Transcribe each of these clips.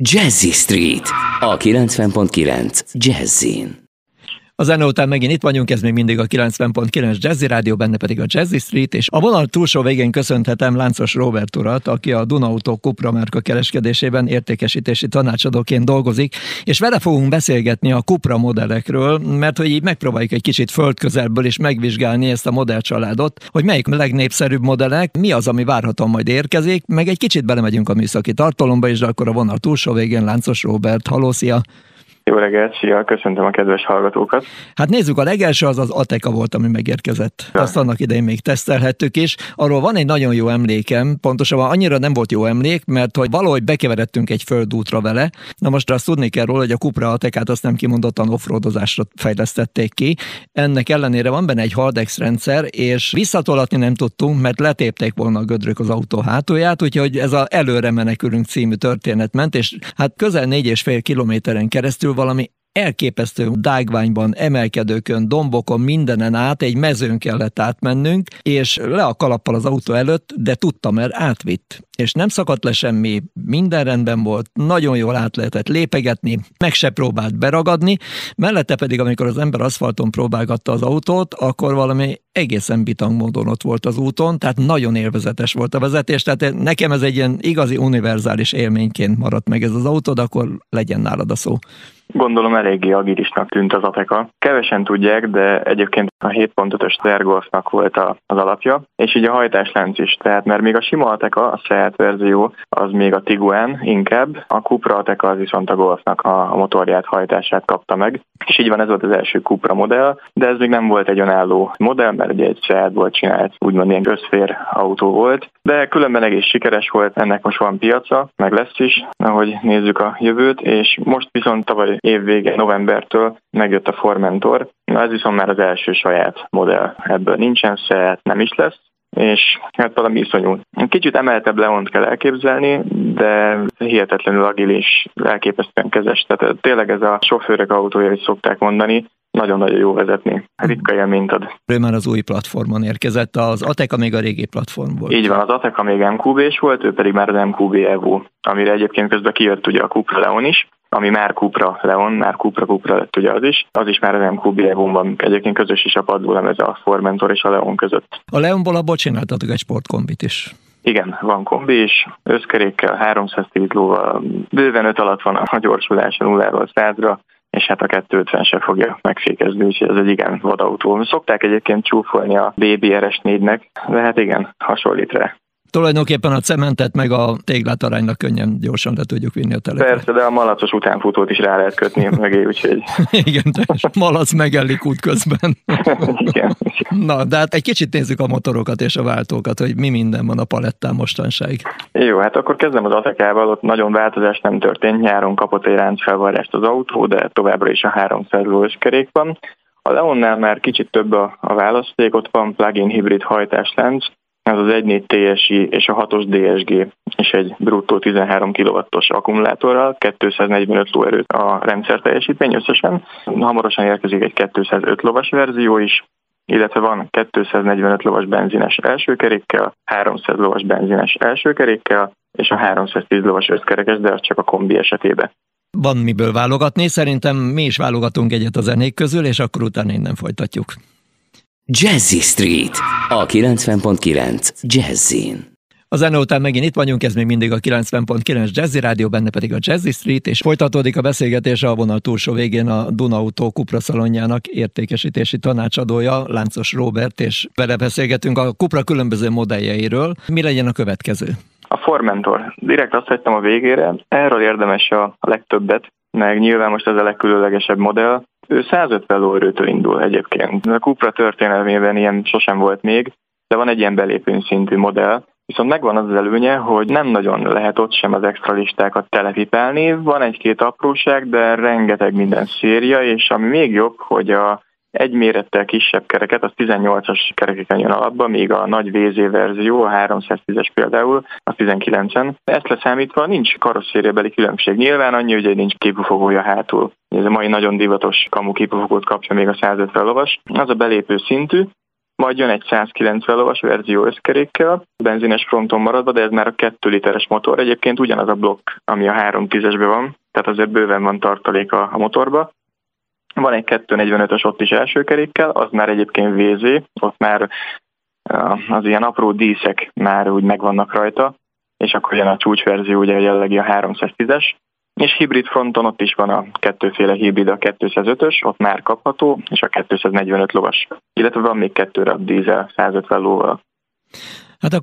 Jazzy Street, a 90.9 Jazzin. A zene után megint itt vagyunk, ez még mindig a 90.9 Jazzy Rádió, benne pedig a Jazzy Street, és a vonal túlsó végén köszönhetem Láncos Róbert urat, aki a Duna Auto Cupra márka kereskedésében értékesítési tanácsadóként dolgozik, és vele fogunk beszélgetni a Cupra modellekről, mert hogy így megpróbáljuk egy kicsit földközelből is megvizsgálni ezt a modellcsaládot, hogy melyik a legnépszerűbb modellek, mi az, ami várhatóan majd érkezik, meg egy kicsit belemegyünk a műszaki tartalomba is, de akkor a vonal túlsó végén Láncos Róbert. Halló, szia! Jó reggelt, szia, köszöntöm a kedves hallgatókat. Hát nézzük, a legelső az Ateca volt, ami megérkezett. Azt annak idején még tesztelhettük is. Arról van egy nagyon jó emlékem, pontosabban annyira nem volt jó emlék, mert hogy valahogy bekeveredtünk egy földútra vele. Na most azt tudni kell róla, hogy a Cupra Atecát azt nem kimondottan offroadozásra fejlesztették ki. Ennek ellenére van benne egy Haldex rendszer, és visszatolatni nem tudtunk, mert letépték volna a gödrök az autó hátulját, úgyhogy ez a Előre menekülünk című történet ment, és hát közel 4,5 kilométeren keresztül valami elképesztő dágványban, emelkedőkön, dombokon, mindenen át, egy mezőn kellett átmennünk, és le a kalappal az autó előtt, de tudtam, mert átvitt. És nem szakadt le semmi, minden rendben volt, nagyon jól át lehetett lépegetni, meg se próbált beragadni, mellette pedig, amikor az ember aszfalton próbálgatta az autót, akkor valami egészen bitang módon ott volt az úton, tehát nagyon élvezetes volt a vezetés, tehát nekem ez egy ilyen igazi univerzális élményként maradt meg ez az autó, de akkor legyen nálad a szó. Gondolom eléggé agilisnak tűnt az Ateca. Kevesen tudják, de egyébként a 7.5-ös Tergolfnak volt az alapja, és így a hajtáslánc is. Tehát mert még a sima Ateca, a Seat verzió, az még a Tiguan inkább, a Cupra Ateca az viszont a Golfnak a motorját, hajtását kapta meg. És így van, ez volt az első Cupra modell, de ez még nem volt egy önálló modell, mert ugye egy Seatból csinált, úgymond ilyen közfér autó volt, de különben egész sikeres volt, ennek most van piaca, meg lesz is, ahogy nézzük a jövőt, és most viszont tavaly év vége, novembertől megjött a Formentor. Ez viszont már az első saját modell. Ebből nincsen Seat, nem is lesz, és hát valami iszonyú. Kicsit emeltebb Leont kell elképzelni, de hihetetlenül agilis, elképesztően kezes. Tehát tényleg ez a sofőrök autója, is szokták mondani, nagyon-nagyon jó vezetni. Ritka élményt ad. Ő már az új platformon érkezett, az Ateca még a régi platform volt. Így van, az Ateca még MQB-s volt, ő pedig már az MQB Evo, amire egyébként közben kijött ugye a Cupra Leon is, ami már Cupra Leon, már Cupra lett ugye az is már az MQB Evo-n van. Egyébként közös is a padlólemez a Formentor és a Leon között. A Leonból abból csináltatok egy sportkombit is. Igen, van kombi is, összkerékkel, 310 lóval, bőven 5 alatt van a gyorsulása 0-ról 100-ra, és hát a 250 se fogja megfékezni, úgyhogy ez egy igen vadautó. Szokták egyébként csúfolni a BBRS 4-nek, de hát igen, hasonlít rá. Tulajdonképpen a cementet meg a téglát aránylag könnyen, gyorsan le tudjuk vinni a telepre. Persze, de a malacos utánfutót is rá lehet kötni mögé, úgyhogy... Igen, malac megellik útközben. Igen. Na, de hát egy kicsit nézzük a motorokat és a váltókat, hogy mi minden van a palettán mostanság. Jó, hát akkor kezdem az Atecával, ott nagyon változás nem történt, nyáron kapott egy ráncfelvarrást az autó, de továbbra is a 300 lós kerék van. A Leonnál már kicsit több a választék, ott van plug-in hibrid hajtáslánc, ez az 1.4 TSI és a 6-os DSG, és egy bruttó 13 kW-os akkumulátorral, 245 lóerőt a rendszer teljesítmény összesen. Hamarosan érkezik egy 205 lovas verzió is, illetve van 245 lovas benzines első kerékkel, 300 lovas benzines első kerékkel, és a 310 lovas összkerekes, de az csak a kombi esetében. Van miből válogatni, szerintem mi is válogatunk egyet a zenék közül, és akkor utána innen folytatjuk. Jazzy Street, a 90.9 Jazzin. A zene után megint itt vagyunk, ez még mindig a 90.9 Jazzy Rádió, benne pedig a Jazzy Street, és folytatódik a beszélgetés a vonal túlsó végén a Duna Auto Cupra szalonjának értékesítési tanácsadója, Láncos Róbert, és vele beszélgetünk a Cupra különböző modelljeiről. Mi legyen a következő? A Formentor. Direkt azt hagytam a végére, erről érdemes a legtöbbet, meg nyilván most ez a legkülönlegesebb modell. Ő 150 lóerőtől indul egyébként. A Cupra történelmében ilyen sosem volt még, de van egy ilyen belépőn szintű modell. Viszont megvan az előnye, hogy nem nagyon lehet ott sem az extra listákat telepipálni. Van egy-két apróság, de rengeteg minden széria, és ami még jobb, hogy a egy mérettel kisebb kereket, az 18-as kerekeken jön alapba, míg a nagy VZ verzió, a 310-es például, a 19-en. Ezt leszámítva nincs karosszériabeli különbség. Nyilván annyi, hogy nincs kipufogója hátul. Ez a mai nagyon divatos kamu kipufogót kapja még a 150 lovas. Az a belépő szintű. majd jön egy 190 lovas verzió összkerékkel, benzines fronton maradva, de ez már a 2 literes motor. Egyébként ugyanaz a blokk, ami a 310-esben van, tehát azért bőven van tartalék a motorba. Van egy 245-ös ott is első kerékkel, az már egyébként VZ, ott már az ilyen apró díszek már úgy megvannak rajta, és akkor jön a csúcsverzió, ugye jellegi a 310-es, és hibrid fronton ott is van a kettőféle hibrid, a 205-ös, ott már kapható, és a 245 lovas, illetve van még 2 rabb dízel 150 lóval. Hát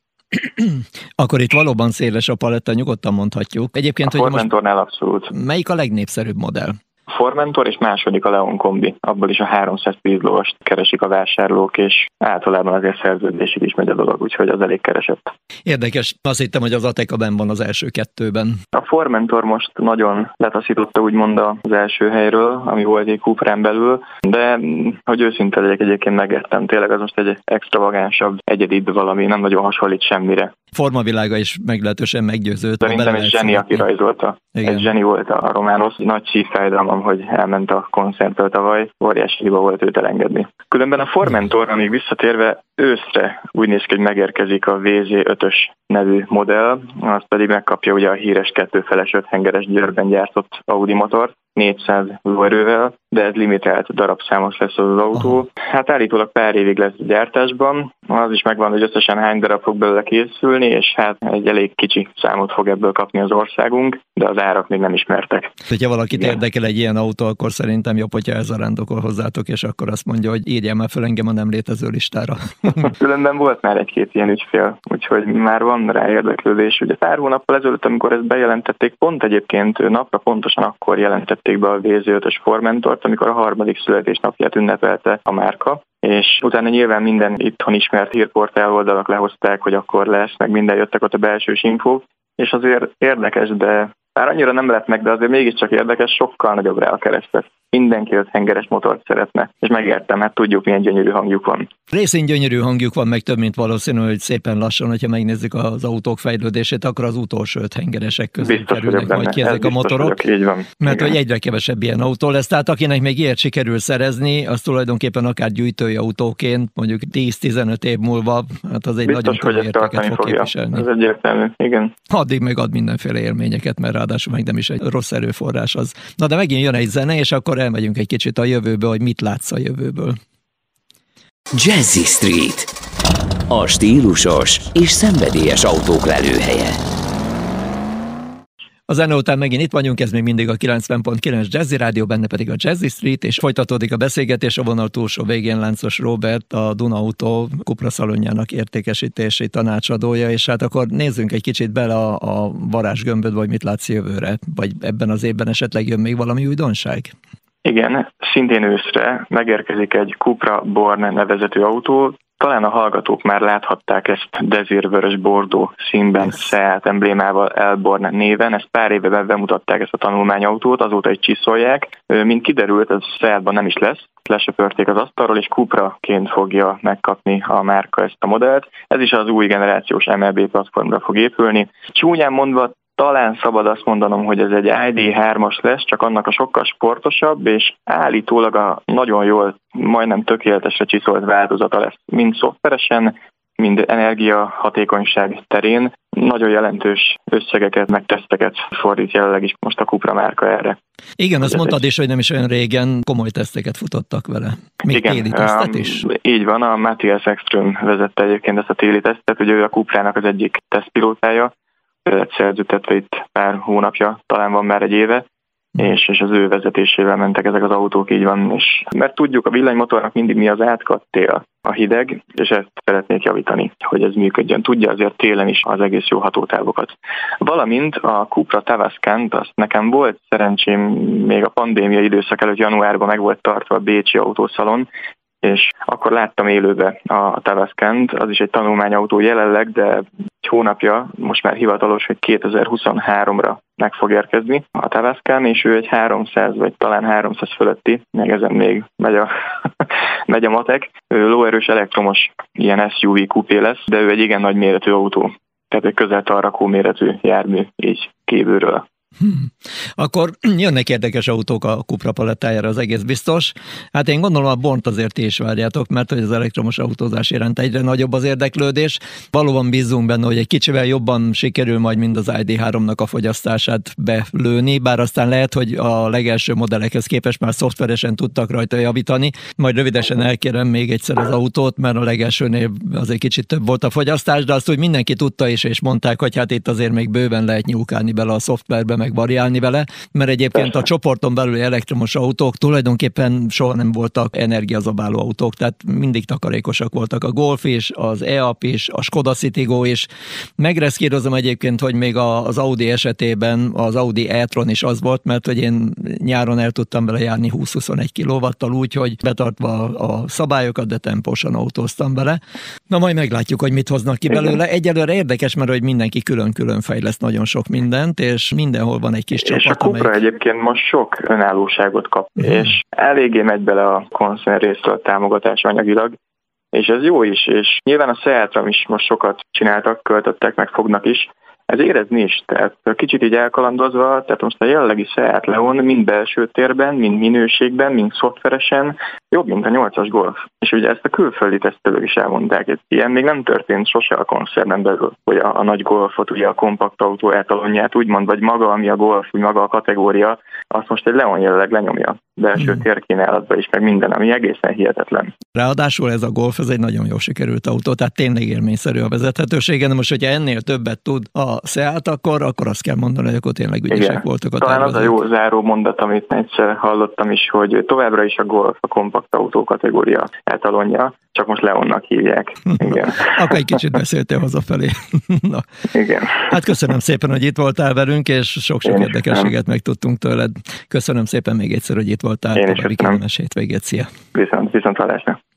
akkor itt valóban széles a paletta, nyugodtan mondhatjuk. Egyébként, a Formentornál abszolút. Melyik a legnépszerűbb modell? Formentor és második a Leon kombi. Abból is a 310 lovast keresik a vásárlók, és általában azért szerződésig is megy a dolog, úgyhogy az elég keresett. Érdekes, azt hittem, hogy az Ateca benn van az első 2-ben. A Formentor most nagyon letaszította úgymond az első helyről, ami volt egy Cuprán belül, de hogy őszinte legyek, egyébként megértem. Tényleg az most egy extravagánsabb, egyedibb valami, nem nagyon hasonlít semmire. Formavilága is meglehetősen meggyőzött. Szerintem egy zseni, aki rajzolta. Igen. Egy zseni volt a Romános. Nagy szívfájdalmam, hogy elment a koncerttől tavaly. Óriási hiba volt őt elengedni. Különben a Formentor, amíg visszatérve őszre úgy néz ki, hogy megérkezik a VZ5-ös nevű modell, az pedig megkapja ugye a híres 2-feles 5 hengeres Győrben gyártott Audi motort, 400 lóerővel, de ez limitált darabszámos lesz az autó. Hát állítólag pár évig lesz gyártásban, az is megvan, hogy összesen hány darab fog belőle készülni, és hát egy elég kicsi számot fog ebből kapni az országunk, de az árak még nem ismertek. Ha valakit érdekel egy ilyen autó, akkor szerintem jobb, hogyha elzarándokol hozzátok, és akkor azt mondja, hogy írjál már fel engem a nem létező listára. Különben volt már egy-két ilyen ügyfél, úgyhogy már van rá érdeklődés. Ugye pár hónappal ezelőtt, amikor ezt bejelentették, pont egyébként napra pontosan akkor jelentették be a VZ5-ös Formentort, amikor a 3. születésnapját ünnepelte a márka, és utána nyilván minden itthon ismert hírportál oldalak lehozták, hogy akkor lesz, meg minden jöttek ott a belsős infók, és azért érdekes, de már annyira nem lett meg, de azért mégiscsak érdekes, sokkal nagyobb rá a kereslet. Mindenki 5 hengeres motort szeretne, és megértem, hát tudjuk, milyen gyönyörű hangjuk van. Részén gyönyörű hangjuk van, meg több, mint valószínű, hogy szépen lassan, hogyha megnézzük az autók fejlődését, akkor az utolsó 5 hengeresek közül kerülnek majd ki ezek a motorok. Így van. Mert hogy egyre kevesebb ilyen autó lesz, tehát akinek még ilyet sikerül szerezni, az tulajdonképpen akár gyűjtői autóként, mondjuk 10-15 év múlva, hát az egy biztos, nagyon komoly értéket fog képviselni. Ez egyértelmű, igen. Addig meg ad mindenféle élményeket, mert ráadásul meg nem is egy rossz erőforrás az. Na de megint jön egy zene, és akkor elmegyünk egy kicsit a jövőbe, hogy mit látsz a jövőből. Jazzy Street, a stílusos és szenvedélyes autók lelőhelye. A zene után megint itt vagyunk, ez még mindig a 90.9 Jazzy Rádió, benne pedig a Jazzy Street, és folytatódik a beszélgetés, a vonal túlsó végén Láncos Róbert, a Duna Auto Cupra szalonjának értékesítési tanácsadója, és hát akkor nézzünk egy kicsit bele a varázsgömbödbe, vagy mit látsz jövőre, vagy ebben az évben esetleg jön még valami újdonság? Igen, szintén őszre megérkezik egy Cupra Born nevezetű autó. Talán a hallgatók már láthatták ezt dezérvörös bordó színben, Seat emblémával, Elborn néven. Ezt pár éve bemutatták, ezt a tanulmányautót, azóta is csiszolják. Mint kiderült, ez Seatban nem is lesz. Lesöpörték az asztalról, és Cupraként fogja megkapni a márka ezt a modellt. Ez is az új generációs MLB platformra fog épülni. Csúnyán mondva, talán szabad azt mondanom, hogy ez egy ID3-as lesz, csak annak a sokkal sportosabb, és állítólag a nagyon jól, majdnem tökéletesre csiszolt változata lesz. Mind szoftveresen, mind energiahatékonyság terén. Nagyon jelentős összegeket, meg teszteket fordít jelenleg is most a Cupra márka erre. Igen, azt mondtad is, hogy nem is olyan régen komoly teszteket futottak vele. Még téli tesztet is? Így van, a Matthias Ekström vezette egyébként ezt a téli tesztet, ugye ő a Cuprának az egyik tesztpilótája, lett szerződtetve itt pár hónapja, talán van már egy éve, és az ő vezetésével mentek ezek az autók, így van. És mert tudjuk, a villanymotornak mindig mi az átkadt tél, a hideg, és ezt szeretnék javítani, hogy ez működjön. Tudja azért télen is az egész jó hatótávokat. Valamint a Cupra Tavascan-t, azt nekem volt szerencsém, még a pandémia időszak előtt januárban meg volt tartva a bécsi autószalon, és akkor láttam élőbe a Tavascan-t, az is egy tanulmányautó jelenleg, de egy hónapja, most már hivatalos, hogy 2023-ra meg fog érkezni a Tavascan, és ő egy 300 vagy talán 300 fölötti, meg ezen még megy a matek. Ő lóerős elektromos ilyen SUV kupé lesz, de ő egy igen nagy méretű autó, tehát egy közel tarrakó méretű jármű így kívülről. Akkor jönnek érdekes autók a Cupra palettájára, az egész biztos. Hát én gondolom a Bornt azért ti is várjátok, mert hogy az elektromos autózás iránt egyre nagyobb az érdeklődés. Valóban bízunk benne, hogy egy kicsivel jobban sikerül majd mind az ID3-nak a fogyasztását belőni, bár aztán lehet, hogy a legelső modellekhez képest már szoftveresen tudtak rajta javítani. Majd rövidesen elkérem még egyszer az autót, mert a legelsőnél azért kicsit több volt a fogyasztás, de azt úgy mindenki tudta is, és mondták, hogy hát itt azért még bőven lehet nyúlkálni bele a szoftverbe, meg variálni vele, mert egyébként a csoporton belüli elektromos autók tulajdonképpen soha nem voltak energiazabáló autók, tehát mindig takarékosak voltak a Golf is, az EAP is, a Skoda Citigo is. Megreszkírozom egyébként, hogy még az Audi esetében az Audi e-tron is az volt, mert hogy én nyáron el tudtam vele járni 20-21 kW-tal úgy, hogy betartva a szabályokat, de tempósan autóztam vele. Na majd meglátjuk, hogy mit hoznak ki belőle. Egyelőre érdekes, mert hogy mindenki külön-külön fejleszt nagyon sok mindent, és mindenhol van egy kis csapat. És a Cupra egyébként most sok önállóságot kap, és eléggé megy bele a koncern részről a támogatás anyagilag, és ez jó is, és nyilván a Seatra is most sokat csináltak, költöttek, meg fognak is. Ez érezni is, tehát kicsit így elkalandozva, tehát most a jelenlegi Seat Leon mind belső térben, mind minőségben, mind szoftveresen jobb, mint a 8-as Golf. És ugye ezt a külföldi tesztelők is elmondták, hogy ilyen még nem történt sose a koncernen belül, hogy a nagy Golfot, ugye a kompakt autó etalonját úgymond, vagy maga, ami a Golf, úgy maga a kategória, azt most egy Leon jelenleg lenyomja belső térkínálatba is, meg minden, ami egészen hihetetlen. Ráadásul ez a Golf, ez egy nagyon jól sikerült autó, tehát tényleg élményszerű a vezethetősége, de most, hogyha ennél többet tud a Seat, akkor azt kell mondani, hogy akkor tényleg ügyesek voltak a talán az a jó záró mondat, amit egyszer hallottam is, hogy továbbra is a Golf a kompakt autó kategória etalonja, csak most Leonnak hívják. Igen. Akkor egy kicsit beszéltél hazafelé. Na. Igen. Hát köszönöm szépen, hogy itt voltál velünk, és sok-sok érdekességet megtudtunk tőled. Köszönöm szépen még egyszer, hogy itt voltál. Én is köszönöm. Kellemes hétvégét. Szia! Viszont hallásra.